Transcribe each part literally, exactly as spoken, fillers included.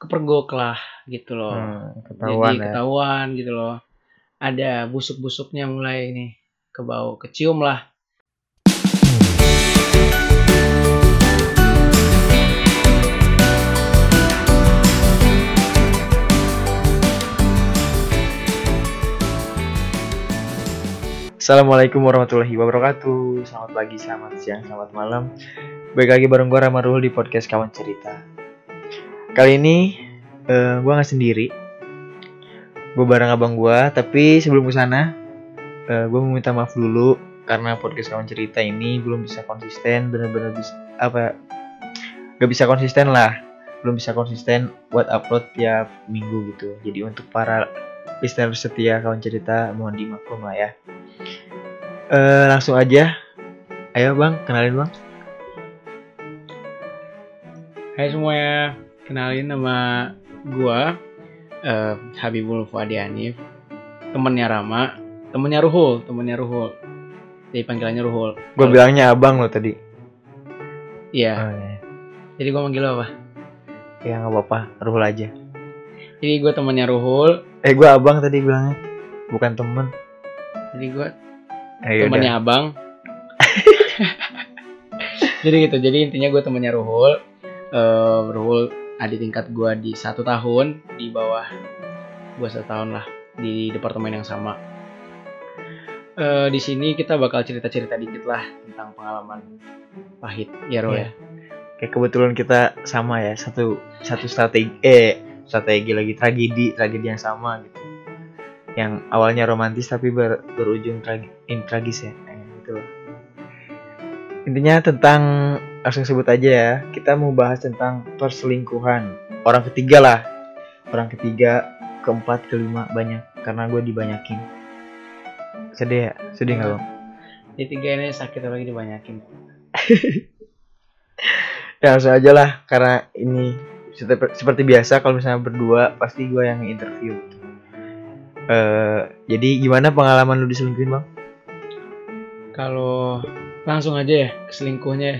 kepergok lah gitu loh. Hmm, ketahuan Jadi ya. ketahuan gitu loh. Ada busuk-busuknya mulai nih kebau, kecium lah. Assalamualaikum warahmatullahi wabarakatuh. Selamat pagi, selamat siang, selamat malam. Baik lagi bareng gue Rama Ruhul di podcast Kawan Cerita. Kali ini uh, gue nggak sendiri. Gue bareng abang gue. Tapi sebelum kesana, uh, gue mau minta maaf dulu karena podcast Kawan Cerita ini belum bisa konsisten, bener-bener bisa apa? Gak bisa konsisten lah. Belum bisa konsisten buat upload tiap minggu gitu. Jadi untuk para listener setia Kawan Cerita mohon dimaklum lah ya. Uh, langsung aja, ayo bang, kenalin bang. Hai semuanya, kenalin nama gua uh, Habibul Fuadi Hanif, temennya Rama, temennya Ruhul, temennya Ruhul. Jadi panggilannya Ruhul. Gue bilangnya abang lo tadi. Iya. Oh, iya. Jadi gue manggil lo apa? Ya nggak apa-apa, Ruhul aja. Jadi gue temennya Ruhul. Eh gue abang tadi bilangnya, bukan temen. Jadi gue eh, temennya abang. Jadi gitu. Jadi intinya gue temennya Ruhul. Uh, Ruhul adik tingkat gue di satu tahun, di bawah gue satu tahun lah di departemen yang sama. Uh, di sini kita bakal cerita-cerita dikit lah tentang pengalaman pahit ya Ruhul ya. Kayak kebetulan kita sama ya, satu satu strategi eh strategi lagi tragedi tragedi yang sama gitu. Yang awalnya romantis tapi ber, berujung tragi, in, tragis ya, eh, gitu loh. Intinya tentang, langsung sebut aja ya, kita mau bahas tentang perselingkuhan orang ketiga lah, orang ketiga, keempat, kelima, banyak karena gue dibanyakin. Sedih ya, sedih nggak lo? Di tiga ini sakit lagi dibanyakin. Ya langsung aja lah, karena ini seperti biasa kalau misalnya berdua pasti gue yang interview. Uh, jadi gimana pengalaman lu diselingkuhin bang? Kalau langsung aja ya keselingkuhnya.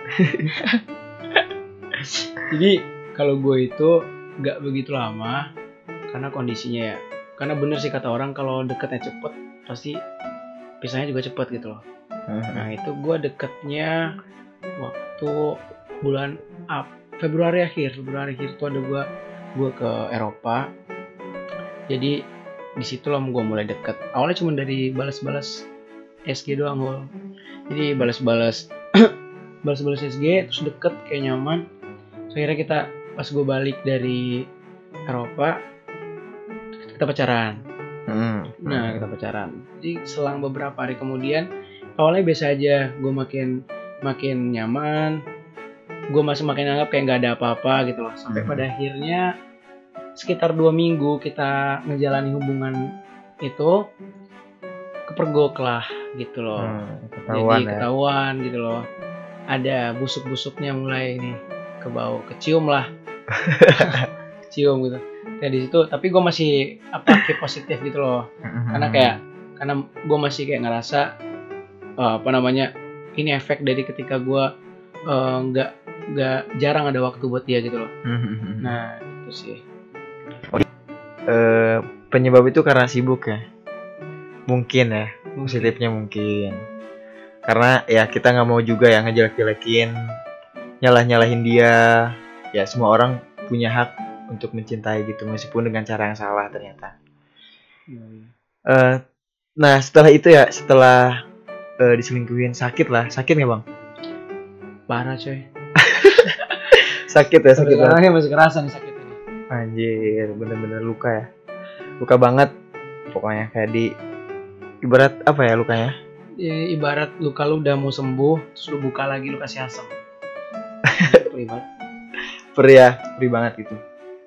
Jadi kalau gue itu nggak begitu lama karena kondisinya ya. Karena bener sih kata orang kalau deketnya cepet pasti pisahnya juga cepet gitu loh. Uh-huh. Nah itu gue deketnya waktu bulan Ap, Februari akhir. Februari akhir itu ada gue gue ke Eropa. Jadi di situ lah gue mulai deket. Awalnya cuma dari balas-balas S G doang gue. Jadi balas-balas balas-balas S G terus deket kayak nyaman. So, akhirnya kita pas gue balik dari Eropa kita pacaran. Hmm. Nah kita pacaran. Jadi selang beberapa hari kemudian awalnya biasa aja. Gue makin makin nyaman. Gue masih makin anggap kayak nggak ada apa-apa gitu loh. Sampai hmm. pada akhirnya sekitar dua minggu kita ngejalani hubungan itu kepergok lah gitu loh. Hmm, ketahuan Jadi ya. ketahuan gitu loh. Ada busuk-busuknya mulai nih kebau, kecium lah. Kecium gitu. Kayak di situ. Tapi gue masih apa kayak positif gitu loh. Karena kayak karena gue masih kayak ngerasa uh, apa namanya ini efek dari ketika gue nggak uh, nggak jarang ada waktu buat dia gitu loh. Nah itu sih. Uh, penyebab itu karena sibuk ya, mungkin ya, positifnya mungkin karena ya kita nggak mau juga ya ngejelek-jelekin, nyalah-nyalahin dia. Ya semua orang punya hak untuk mencintai gitu meskipun dengan cara yang salah ternyata. Hmm. Uh, nah setelah itu ya, setelah uh, diselingkuhin sakit lah, sakit nggak bang? Parah coy. Sakit ya, sakit banget. Masih kerasa nih sakit. Anjir, bener-bener luka ya, luka banget pokoknya. Kayak di ibarat apa ya lukanya? Ya, ibarat luka lu udah mau sembuh, terus lu buka lagi lu kasih asam. Perih banget. Perih ya, perih banget gitu.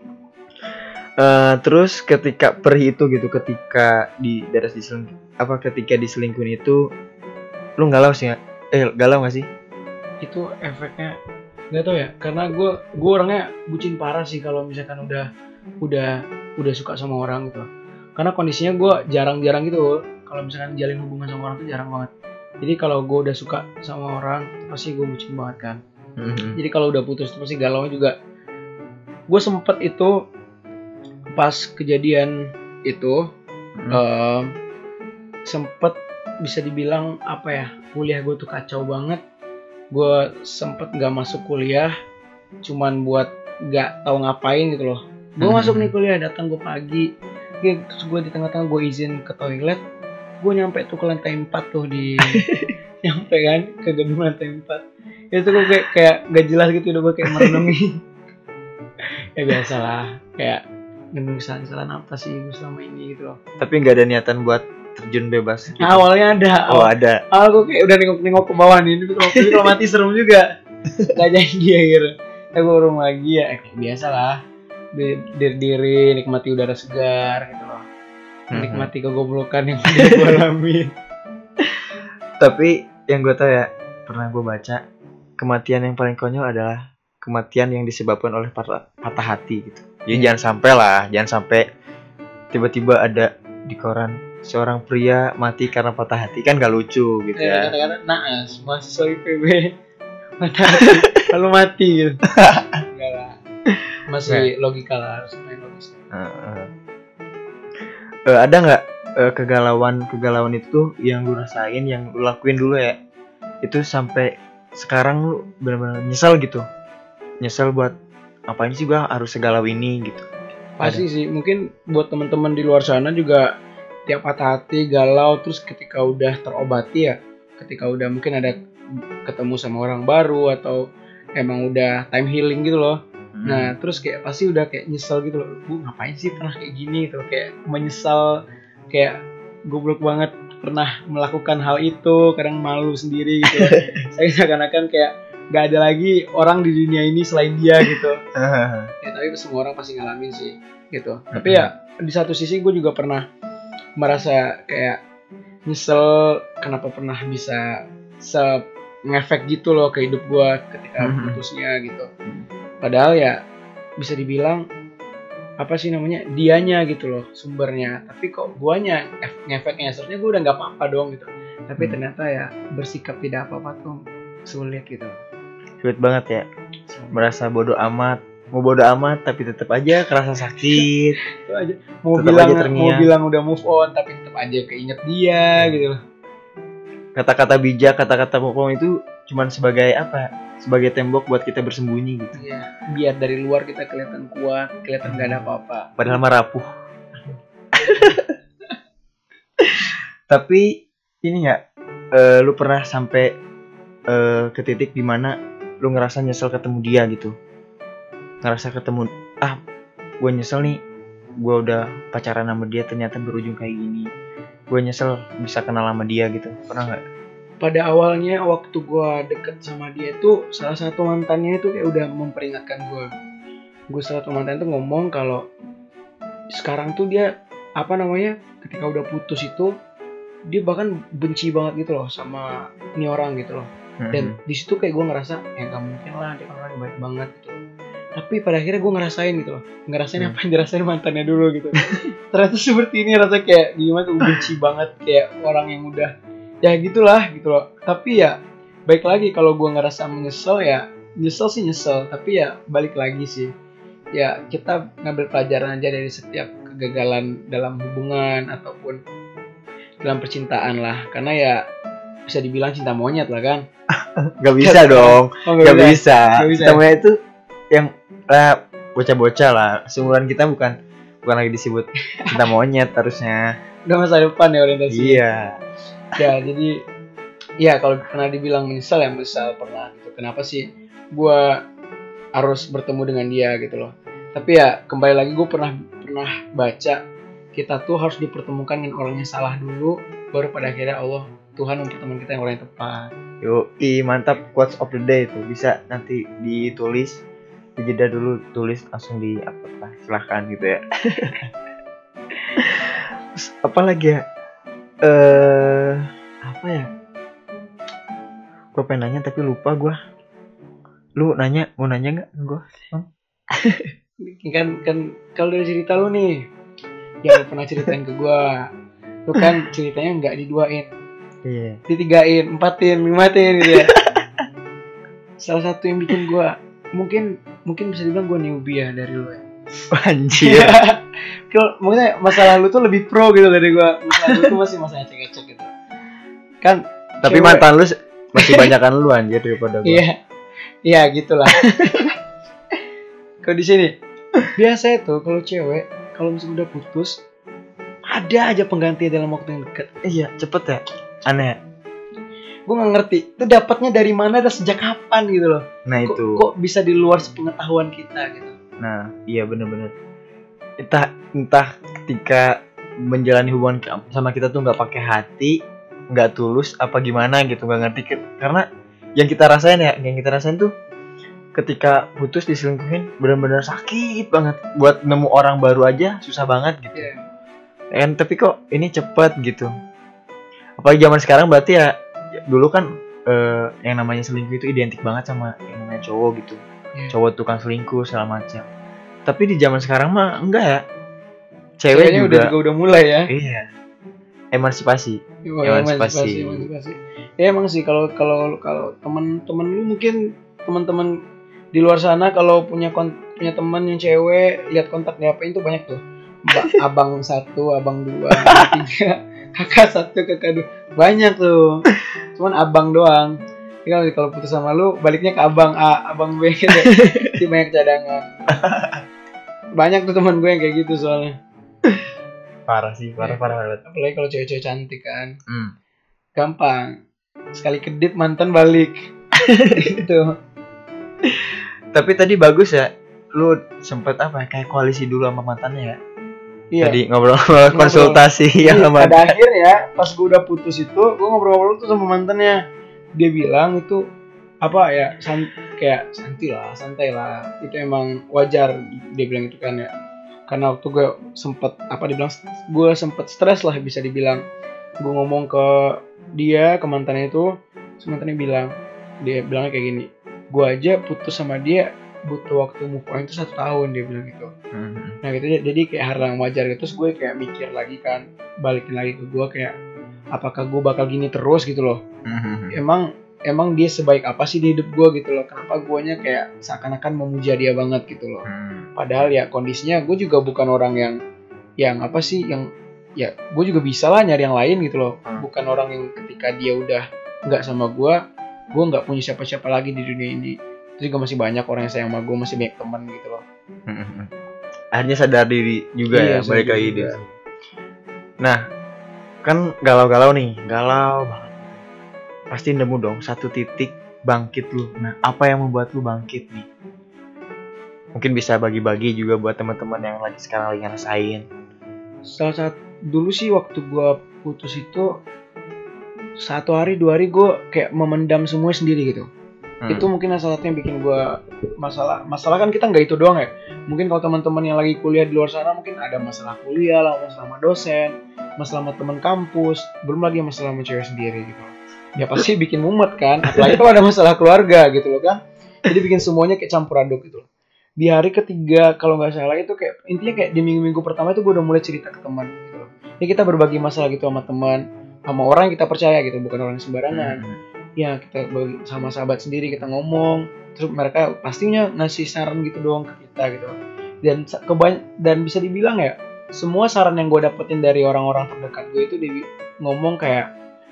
Uh, terus ketika perih itu gitu, ketika di daerah diselingkuh, apa ketika diselingkuhin itu, lu galau sih nggak? Eh galau nggak sih? Itu efeknya nggak tau ya, karena gue gue orangnya bucin parah sih kalau misalkan udah udah udah suka sama orang gitu. Karena kondisinya gue jarang-jarang gitu kalau misalkan jalin hubungan sama orang tuh jarang banget. Jadi kalau gue udah suka sama orang pasti gue bucin banget kan. Mm-hmm. Jadi kalau udah putus tuh pasti galaunya juga gue sempet itu pas kejadian itu hmm. uh, sempet bisa dibilang apa ya, kuliah gue tuh kacau banget. Gue sempet nggak masuk kuliah cuman buat nggak tahu ngapain gitu loh. Gue hmm. masuk nih kuliah, datang gue pagi, terus gue di tengah-tengah gue izin ke toilet, gue nyampe tuh ke lantai empat tuh di nyampe kan ke gedung lantai empat. Itu gue kayak kayak gak jelas gitu, udah gue kayak merenungi. Ya biasalah, kayak merenungi kesalahan apa sih gue selama ini gitu loh. Tapi nggak ada niatan buat terjun bebas gitu. Nah, awalnya ada. Oh, awal, ada. Awal gue kayak udah nengok-nengok ke bawah nih, tapi kalau, kalau mati serem juga. Gak jadi ya gitu. Ya gue urung lagi ya, kayak biasa lah. Diri-diri, nikmati udara segar gitu loh. Nikmati kegoblokan yang udah gue alami. Tapi yang gue tau ya, pernah gue baca, kematian yang paling konyol adalah kematian yang disebabkan oleh patah, patah hati gitu. Jadi hmm. jangan sampai lah, jangan sampai tiba-tiba ada di koran seorang pria mati karena patah hati, kan gak lucu gitu ya. Kata-kata naas, mahasiswa I P B patah hati lalu mati gitu. Enggak lah, masih nah. logika lah, harus main logis. Uh-uh. Uh, ada nggak uh, kegalauan kegalauan itu yang lu rasain, yang lu lakuin dulu ya, itu sampai sekarang lu benar-benar nyesal gitu, nyesal buat ngapain sih gua harus segalau ini gitu? Pasti ada. Sih, mungkin buat teman-teman di luar sana juga tiap patah hati, galau, terus ketika udah terobati ya, ketika udah mungkin ada ketemu sama orang baru atau emang udah time healing gitu loh. Hmm. Nah, terus kayak pasti udah kayak nyesel gitu loh. Gue ngapain sih pernah kayak gini gitu, kayak menyesal, kayak goblok banget pernah melakukan hal itu, kadang malu sendiri gitu. Saya seakan-akan kayak gak ada lagi orang di dunia ini selain dia gitu. Ya, tapi semua orang pasti ngalamin sih gitu. Tapi ya di satu sisi gue juga pernah merasa kayak nyesel kenapa pernah bisa se ngefek gitu loh ke hidup gue ketika putusnya gitu. Padahal ya bisa dibilang apa sih namanya, dianya gitu loh sumbernya, tapi kok guanya ngefeknya. Seharusnya gue udah nggak apa-apa dong gitu, tapi hmm. ternyata ya bersikap tidak apa-apa tuh sulit gitu. Sulit banget ya, merasa bodoh amat, mau bodoh amat tapi tetap aja kerasa sakit. Itu aja. Mau tetap bilang aja mau bilang udah move on tapi tetap aja keinget dia gitu loh. Kata-kata bijak, kata-kata pokok itu cuman sebagai apa? Sebagai tembok buat kita bersembunyi gitu. Iya, biar dari luar kita kelihatan kuat, kelihatan gak ada apa-apa. Padahal mah rapuh. Tapi ini nggak, uh, lu pernah sampai uh, ke titik dimana lu ngerasa nyesel ketemu dia gitu? Ngerasa ketemu, ah, gue nyesel nih, gue udah pacaran sama dia ternyata berujung kayak gini. Gue nyesel bisa kenal sama dia gitu, pernah nggak? Pada awalnya waktu gue deket sama dia tuh, salah satu mantannya itu kayak udah memperingatkan gue. Gue salah satu mantan itu ngomong kalau sekarang tuh dia apa namanya, ketika udah putus itu dia bahkan benci banget gitu loh sama ini orang gitu loh. Mm-hmm. Dan di situ kayak gue ngerasa ya nggak mungkin lah, dia orang yang baik banget gitu. Tapi pada akhirnya gue ngerasain gitu loh, ngerasain hmm. apa yang dirasain mantannya dulu gitu. Ternyata seperti ini, rasa kayak gimana tuh, benci banget kayak orang yang udah ya gitulah gitu loh. Tapi ya baik lagi, kalau gue ngerasa menyesal ya nyesel sih nyesel, tapi ya balik lagi sih, ya kita ngambil pelajaran aja dari setiap kegagalan dalam hubungan ataupun dalam percintaan lah. Karena ya bisa dibilang cinta monyet lah kan. Gak bisa dong. Oh, gak, gak bisa, bisa. Cinta monyet itu yang lah bocah-bocah lah, seumuran kita bukan bukan lagi disebut cinta monyet harusnya. Udah masa depan ya orientasi. Iya. Ya jadi ya kalau pernah dibilang menyesal ya menyesal pernah gitu. Kenapa sih gue harus bertemu dengan dia gitu loh. Tapi ya kembali lagi, gue pernah pernah baca kita tuh harus dipertemukan dengan orang yang salah dulu, baru pada akhirnya Allah Tuhan mempertemukan kita yang orang yang tepat. Yoi, mantap, quotes of the day itu bisa nanti ditulis. Jeda dulu, tulis langsung di apa silahkan gitu ya. Terus apa lagi ya, eh apa ya, gue pengen nanya tapi lupa gue. Lu nanya, mau nanya nggak gue? kan kan kalau dari cerita lu nih yang pernah ceritain ke gue, lu kan ceritanya nggak diduain, yeah. ditigain, empatin, limatin gitu ya. Salah satu yang bikin gue mungkin mungkin bisa dibilang gue newbie ya dari lu ya. Anjir. Kalau maksudnya masa lalu tuh lebih pro gitu dari gue. Masa lalu tuh masih masa ecek-ecek gitu. Kan tapi cewek, mantan lu masih banyakan lu anjir daripada gue. Iya. Iya gitulah. Kalau di sini biasa itu kalau cewek kalau misalnya udah putus ada aja pengganti dalam waktu yang dekat. Iya, cepet ya. Aneh. Gue nggak ngerti itu dapatnya dari mana dan sejak kapan gitu loh. Nah kok, itu. Kok bisa di luar sepengetahuan kita gitu. Nah iya benar-benar. Entah entah ketika menjalani hubungan sama kita tuh nggak pakai hati, nggak tulus apa gimana gitu, nggak ngerti. Karena yang kita rasain ya, yang kita rasain tuh ketika putus diselingkuhin benar-benar sakit banget. Buat nemu orang baru aja susah banget gitu. Yeah. Dan tapi kok ini cepet gitu. Apalagi zaman sekarang berarti ya dulu kan eh, yang namanya selingkuh itu identik banget sama yang namanya cowok gitu. Yeah. Cowok tukang selingkuh segala macam. Tapi di zaman sekarang mah enggak ya. Cewek juga udah juga udah mulai ya. Iya. Emansipasi. Oh, emansipasi. Emansipasi. Ya emang sih kalau kalau kalau teman-teman lu mungkin teman-teman di luar sana kalau punya kon- punya teman yang cewek lihat kontak di H P itu banyak tuh. Mbak abang satu, abang dua, abang tiga, kakak satu, kakak dua, banyak tuh. Cuman abang doang. Jadi kalau putus sama lu baliknya ke abang A, abang B gitu. Jadi banyak cadangan. Banyak tuh teman gue yang kayak gitu soalnya. Parah sih, parah ya, parah banget. Apalagi kalau cewek-cewek cantik kan. Hmm. Gampang. Sekali kedip mantan balik. Gitu. Tapi tadi bagus ya. Lu sempet apa kayak koalisi dulu sama mantannya ya? Iya. Tadi ngobrol-ngobrol konsultasi ya sama. Pada akhirnya pas gue udah putus itu, gue ngobrol-ngobrol tuh sama mantannya. Dia bilang itu apa ya, san, kayak santai lah, santai lah. Itu emang wajar dia bilang itu kan ya. Karena waktu gue sempet apa dibilang, gue sempet stres lah bisa dibilang. Gue ngomong ke dia, ke mantannya itu, mantannya bilang, dia bilangnya kayak gini. Gue aja putus sama dia butuh waktu move on itu satu tahun, dia bilang gitu. Mm-hmm. Nah gitu jadi kayak hal yang wajar gitu. Terus gue kayak mikir lagi kan, balikin lagi ke gue kayak apakah gue bakal gini terus gitu loh. Mm-hmm. Emang emang dia sebaik apa sih di hidup gue gitu loh. Kenapa guanya kayak seakan-akan memuja dia banget gitu loh. Mm. Padahal ya kondisinya gue juga bukan orang yang yang apa sih yang ya gue juga bisa lah nyari yang lain gitu loh. Mm. Bukan orang yang ketika dia udah nggak sama gue, gue nggak punya siapa-siapa lagi di dunia ini. Terus juga masih banyak orang yang sayang sama gue, masih banyak teman gitu loh. Mm-hmm. Akhirnya sadar diri juga iya, ya, balik lagi dia. Nah, kan galau-galau nih, galau banget. Pasti nemu dong satu titik bangkit lu. Nah, apa yang membuat lu bangkit nih? Mungkin bisa bagi-bagi juga buat teman-teman yang lagi sekarang lagi ngerasain. Salah satu dulu sih waktu gue putus itu satu hari dua hari gue kayak memendam semua sendiri gitu. Hmm. Itu mungkin salah satu yang bikin gue masalah. Masalah kan kita nggak itu doang ya. Mungkin kalau teman-teman yang lagi kuliah di luar sana mungkin ada masalah kuliah lah, masalah sama dosen, masalah sama teman kampus, belum lagi masalah sama cewek sendiri gitu. Ya pasti bikin mumet kan. Apalagi kalau ada masalah keluarga gitu loh kan. Jadi bikin semuanya kayak campur aduk gitu loh. Di hari ketiga kalau nggak salah itu kayak intinya kayak di minggu-minggu pertama itu gue udah mulai cerita ke teman gitu loh. Ya kita berbagi masalah gitu sama teman, sama orang yang kita percaya gitu, bukan orang sembarangan. Hmm. Ya kita sama sahabat sendiri kita ngomong, terus mereka pastinya ngasih saran gitu doang ke kita gitu. Dan kebany- dan bisa dibilang ya semua saran yang gue dapetin dari orang-orang terdekat gue itu dia ngomong kayak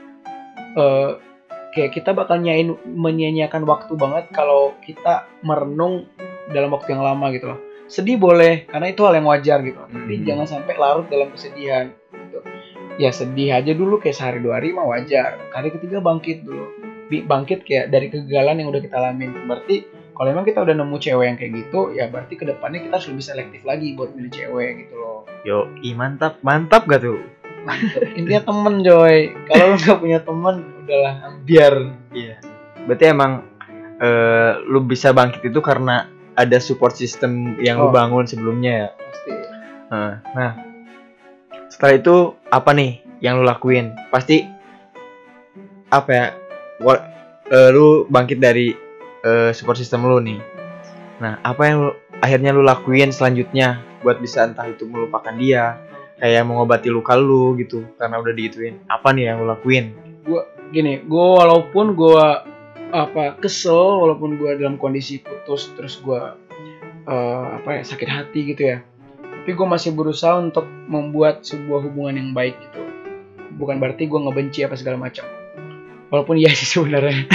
uh, kayak kita bakal nyain menyia-nyiakan waktu banget kalau kita merenung dalam waktu yang lama gitu loh. Sedih boleh karena itu hal yang wajar gitu, tapi hmm. jangan sampai larut dalam kesedihan gitu. Ya sedih aja dulu kayak sehari dua hari mah wajar. Kali ketiga bangkit dulu. Bangkit kayak dari kegagalan yang udah kita alamin. Berarti kalau emang kita udah nemu cewek yang kayak gitu, ya berarti kedepannya kita harus lebih selektif lagi buat milih cewek gitu loh. Yo, i mantap, mantap gak tuh? Mantap. Intinya temen Joy. Kalau lu gak punya temen, udahlah biar. Iya. Berarti emang uh, lu bisa bangkit itu karena ada support system yang oh. lu bangun sebelumnya ya. Pasti. Nah, nah, setelah itu apa nih yang lu lakuin? Pasti apa ya? What, uh, lu bangkit dari uh, support system lu nih. Nah, apa yang lu, akhirnya lu lakuin selanjutnya buat bisa entah itu melupakan dia, kayak mengobati luka lu gitu karena udah digituin. Apa nih yang lu lakuin? Gua gini, gua walaupun gua apa kesel walaupun gue dalam kondisi putus terus gue uh, apa ya sakit hati gitu ya, tapi gue masih berusaha untuk membuat sebuah hubungan yang baik gitu. Bukan berarti gue ngebenci apa segala macam, walaupun iya sih sebenarnya.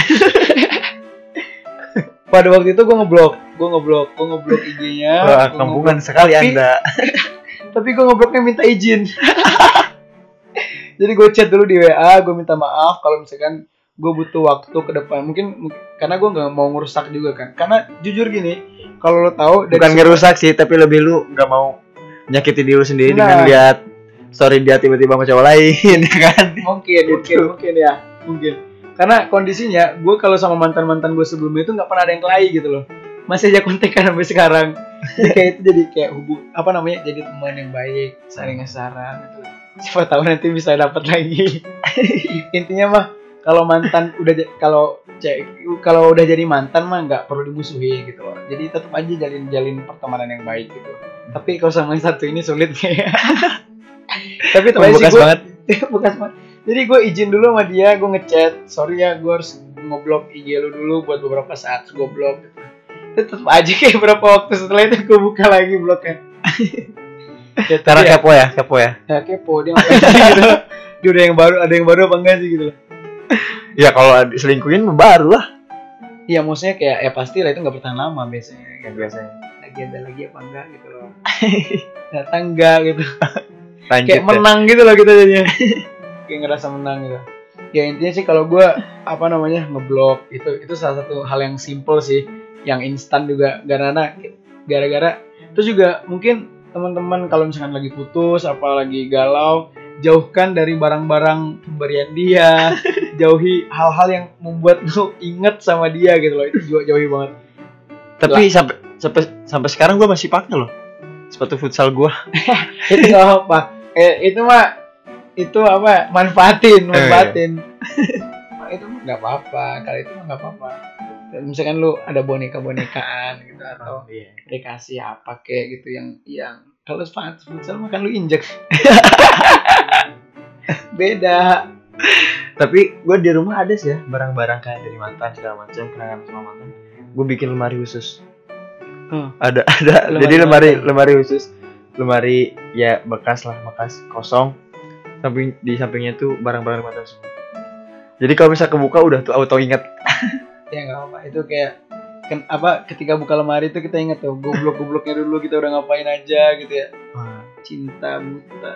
Pada waktu itu gue ngeblok gue ngeblok gue ngeblok I G-nya. Wah, kampungan sekali tapi, Anda. Tapi gue ngebloknya minta izin. Jadi gue chat dulu di W A, gue minta maaf kalau misalkan gue butuh waktu ke depan, mungkin karena gue nggak mau ngerusak juga kan, karena jujur gini, kalau lo tahu bukan ngerusak sih, tapi lebih lu nggak mau menyakiti diri lu sendiri nah, dengan lihat story dia tiba-tiba sama cowok lain kan. Mungkin mungkin mungkin ya mungkin karena kondisinya gue kalau sama mantan mantan gue sebelumnya itu nggak pernah ada yang kelahi gitu loh, masih aja kontekan sampai sekarang. Jadi kayak itu jadi kayak hubung apa namanya jadi teman yang baik, saling saran gitu, siapa tahu nanti bisa dapat lagi. Intinya mah kalau mantan udah kalau kalau udah jadi mantan mah nggak perlu dimusuhi gitu loh. Jadi tetap aja jalin jalin pertemanan yang baik gitu. Tapi kalau sama yang satu ini sulit kayak. Tapi teman sih gue bekas banget. Jadi gue izin dulu sama dia, gue ngechat, sorry ya gue harus ngeblok I G lu dulu buat beberapa saat, gue blok. Tetap aja kayak berapa waktu setelah itu gue buka lagi bloknya. Ya, cara kepo ya, kepo ya. Ya kepo dia ngapain gitu. Dia udah yang baru, ada yang baru apa enggak sih gitu loh. Ya kalau selingkuhin baru lah. Iya maksudnya kayak ya pasti lah itu nggak bertahan lama biasanya. Kan biasanya lagi ada lagi apa enggak gitu loh. Ternyata enggak gitu. Lanjut, kayak menang ya. Gitu loh kita jadinya. Kayak ngerasa menang gitu. Ya intinya sih kalau gue apa namanya ngeblok itu itu salah satu hal yang simple sih, yang instan juga karena gara-gara terus juga mungkin teman-teman kalau misalkan lagi putus apalagi galau, jauhkan dari barang-barang pemberian dia, jauhi hal-hal yang membuat lu inget sama dia gitu loh, itu juga jauhi banget. Tapi lah. sampai sampai sampai sekarang gue masih pakai loh sepatu futsal gue. Itu nggak apa, eh, itu mah itu apa manfaatin manfaatin. Eh. Itu nggak apa-apa, kalau itu nggak apa-apa. Misalkan lu ada boneka-bonekaan gitu atau oh, iya. dikasih apa kayak gitu yang yang kalau sepatu futsal mah kan lu injek. Beda. Tapi gue di rumah ada sih ya barang-barang kayak dari mantan segala macam, kenangan sama mantan. Gue bikin lemari khusus. Hmm. Ada ada. Lemari Jadi lemari mantan. lemari khusus. Lemari ya bekas lah, bekas kosong. Samping di sampingnya tuh barang-barang mantan semua. Jadi kalau bisa kebuka udah tuh auto ingat. Ya nggak apa, itu kayak kan apa ketika buka lemari itu kita ingat tuh goblok-gobloknya dulu kita udah ngapain aja gitu ya. Hmm. Cinta buta.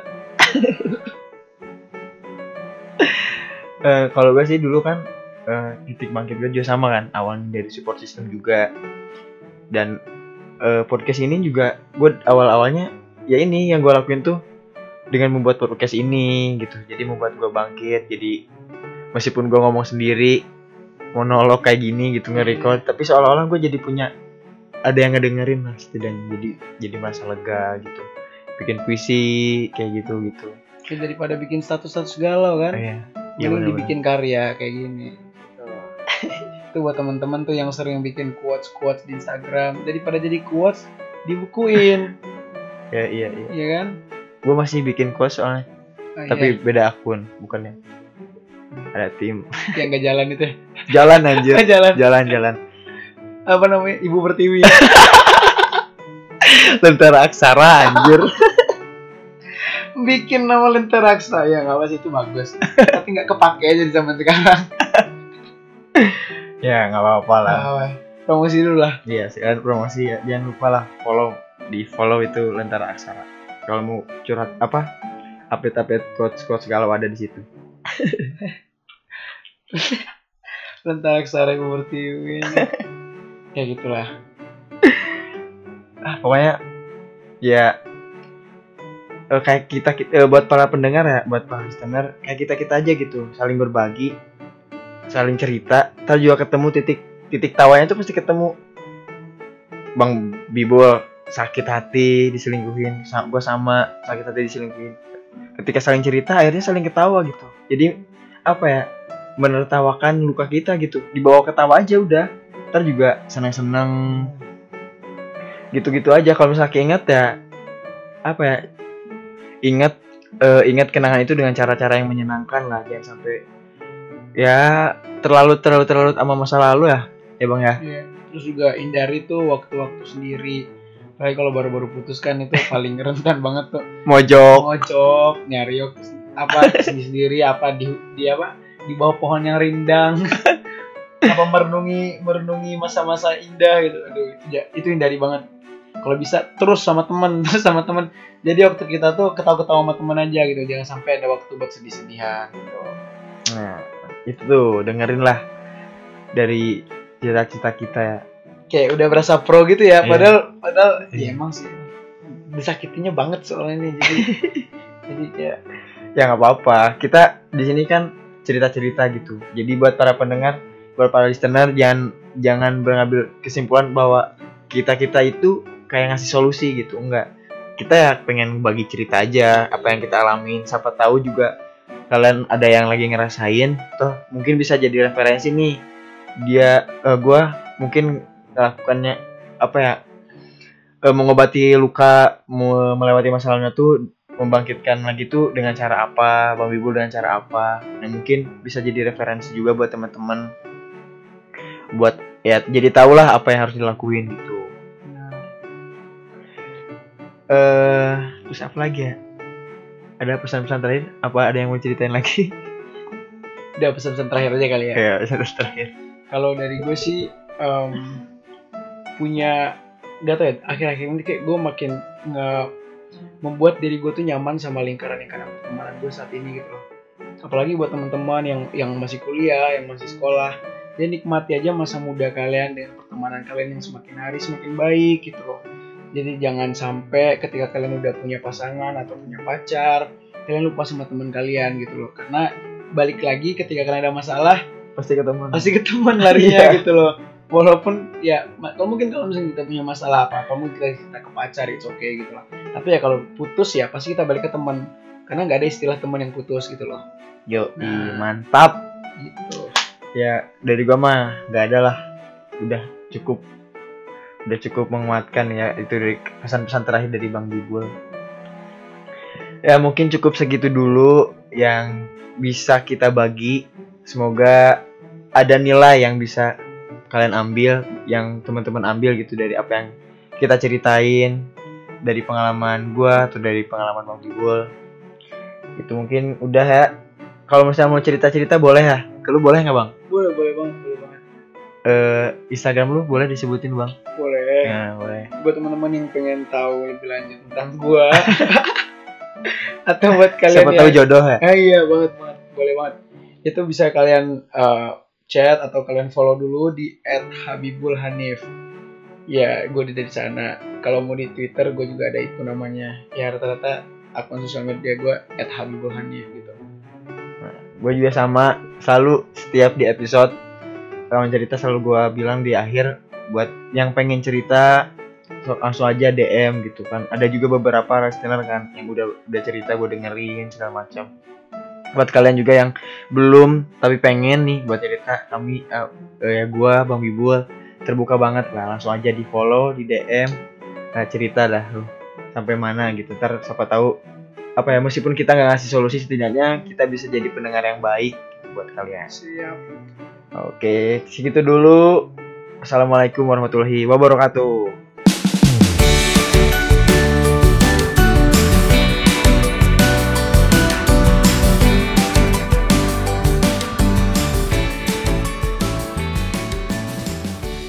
uh, kalau gue sih dulu kan uh, titik bangkit gue juga sama kan, awalnya dari support system juga. Dan uh, podcast ini juga gue awal-awalnya ya ini yang gue lakuin tuh dengan membuat podcast ini gitu. Jadi membuat gue bangkit. Jadi meskipun gue ngomong sendiri monolog kayak gini gitu nge-record, tapi seolah-olah gue jadi punya ada yang ngedengerin lah setidaknya, jadi jadi merasa lega gitu, bikin puisi kayak gitu gitu. Ya, daripada bikin status-status galau kan, oh, iya. Ya, bener, dibikin bener. Karya kayak gini. Itu buat teman-teman tuh yang sering bikin quotes-quotes di Instagram, daripada jadi quotes dibukuin. Ya iya iya. Iya kan? Gue masih bikin quotes soalnya, oh, tapi iya. Beda akun, bukannya. Ada tim yang gak jalan itu. Jalan anjir. jalan. Jalan jalan. Apa namanya? Ibu Pertiwi. Lentera Aksara anjir. Bikin nama Lentera Aksara ya enggak apa sih, itu bagus. Tapi enggak kepake aja di zaman sekarang. Ya enggak apa-apa lah. Oh, promosi dulu lah. Iya, sekalian promosi ya. Jangan lupa lah follow, di follow itu Lentera Aksara. Kalau mau curhat apa? Update-update quotes-quotes kalau ada di situ. Lentera Aksara Ibu Pertiwi. Ya gitulah. Ah, pokoknya ya eh, kayak kita, kita eh, buat para pendengar ya, buat para listener kayak kita kita aja gitu, saling berbagi, saling cerita. Ntar juga ketemu titik titik tawanya tuh pasti ketemu. Bang Bibol sakit hati diselingkuhin, gue sama sakit hati diselingkuhin. Ketika saling cerita akhirnya saling ketawa gitu. Jadi apa ya, menertawakan luka kita gitu, dibawa ketawa aja udah. Ntar juga senang-senang gitu-gitu aja. Kalau misalnya keinget ya apa ya, ingat uh, ingat kenangan itu dengan cara-cara yang menyenangkan lah, jangan sampai ya terlalu terlalu terlalu sama masa lalu ya ya bang ya. Iya. Terus juga hindari tuh waktu-waktu sendiri. Kayak kalau baru-baru putus kan itu paling rentan banget tuh. Mojok. Mojok, nyari apa sendiri-sendiri apa di di apa di bawah pohon yang rindang. Apa merenungi merenungi masa-masa indah gitu. Aduh itu itu hindari banget. Kalau bisa terus sama teman, terus sama teman. Jadi waktu kita tuh ketawa-ketawa sama teman aja gitu. Jangan sampai ada waktu buat sedih-sedihan gitu. Nah, itu tuh dengerin lah dari cita-cita kita ya. Kayak udah berasa pro gitu ya, padahal yeah. padahal yeah. ya emang sih disakitinya banget soalnya ini jadi jadi ya ya nggak apa-apa, kita di sini kan cerita-cerita gitu, jadi buat para pendengar, buat para listener jangan jangan mengambil kesimpulan bahwa kita kita itu kayak ngasih solusi gitu, enggak, kita ya pengen bagi cerita aja apa yang kita alamin, siapa tahu juga kalian ada yang lagi ngerasain, toh mungkin bisa jadi referensi nih, dia uh, gue mungkin lakukannya apa ya e, mengobati luka me- melewati masalahnya tuh membangkitkan lagi tuh dengan cara apa, Bang Bibul dengan cara apa, nah mungkin bisa jadi referensi juga buat teman-teman buat ya jadi tahulah apa yang harus dilakuin gitu. Nah. Eh terus apa lagi ya, ada pesan-pesan terakhir apa, ada yang mau ceritain lagi? Udah pesan-pesan terakhir aja kali ya. Ya pesan-pesan terakhir kalau dari gue sih um, punya gak tau ya, akhir-akhir ini kayak gue makin nge membuat diri gue tuh nyaman sama lingkaran-lingkaran pertemanan gue saat ini gitu loh. Apalagi buat teman-teman yang yang masih kuliah, yang masih sekolah, jadi nikmati aja masa muda kalian dengan pertemanan kalian yang semakin hari semakin baik gitu loh. Jadi jangan sampai ketika kalian udah punya pasangan atau punya pacar, kalian lupa sama teman kalian gitu loh. Karena balik lagi ketika kalian ada masalah pasti ketemuan pasti ketemuan larinya gitu loh. Walaupun ya kalau mungkin kalau misalnya kita punya masalah apa apa mungkin kita, kita ke pacar itu oke okay, gitu lah, tapi ya kalau putus ya pasti kita balik ke teman, karena nggak ada istilah teman yang putus gitu loh. Yo, nah, mantap gitu ya. Dari gua mah nggak ada lah, udah cukup udah cukup menguatkan ya, itu dari pesan-pesan terakhir dari Bang Bibul. Ya mungkin cukup segitu dulu yang bisa kita bagi, semoga ada nilai yang bisa kalian ambil, yang teman-teman ambil gitu dari apa yang kita ceritain, dari pengalaman gua atau dari pengalaman Bang Bibul. Itu mungkin udah ya. Kalau misalnya mau cerita-cerita boleh ya? Lu boleh nggak Bang? Boleh, boleh Bang, boleh banget. Uh, Instagram lu boleh disebutin Bang? Boleh. Nah, boleh. Buat teman-teman yang pengen tahu lebih lanjut tentang gua atau buat kalian siapa yang tahu jodoh ya? Ah, iya banget banget, boleh banget. Itu bisa kalian uh, chat atau kalian follow dulu di et habibul hanif. Ya, gue di sana. Kalau mau di Twitter, gue juga ada itu namanya. Ya rata-rata akun sosial media gue et habibul hanif gitu. Nah, gue juga sama. Selalu setiap di episode kawan cerita selalu gue bilang di akhir buat yang pengen cerita langsung aja D M gitu kan. Ada juga beberapa listener kan yang udah udah cerita, gue dengerin segala macam. Buat kalian juga yang belum tapi pengen nih buat cerita, kami uh, uh, ya gue Bang Bibul terbuka banget lah, langsung aja di follow, di D M, nah, cerita dah lu sampai mana gitu, ntar siapa tahu apa ya, meskipun kita nggak ngasih solusi setidaknya kita bisa jadi pendengar yang baik buat kalian. Siap. Oke, segitu dulu. Assalamualaikum warahmatullahi wabarakatuh.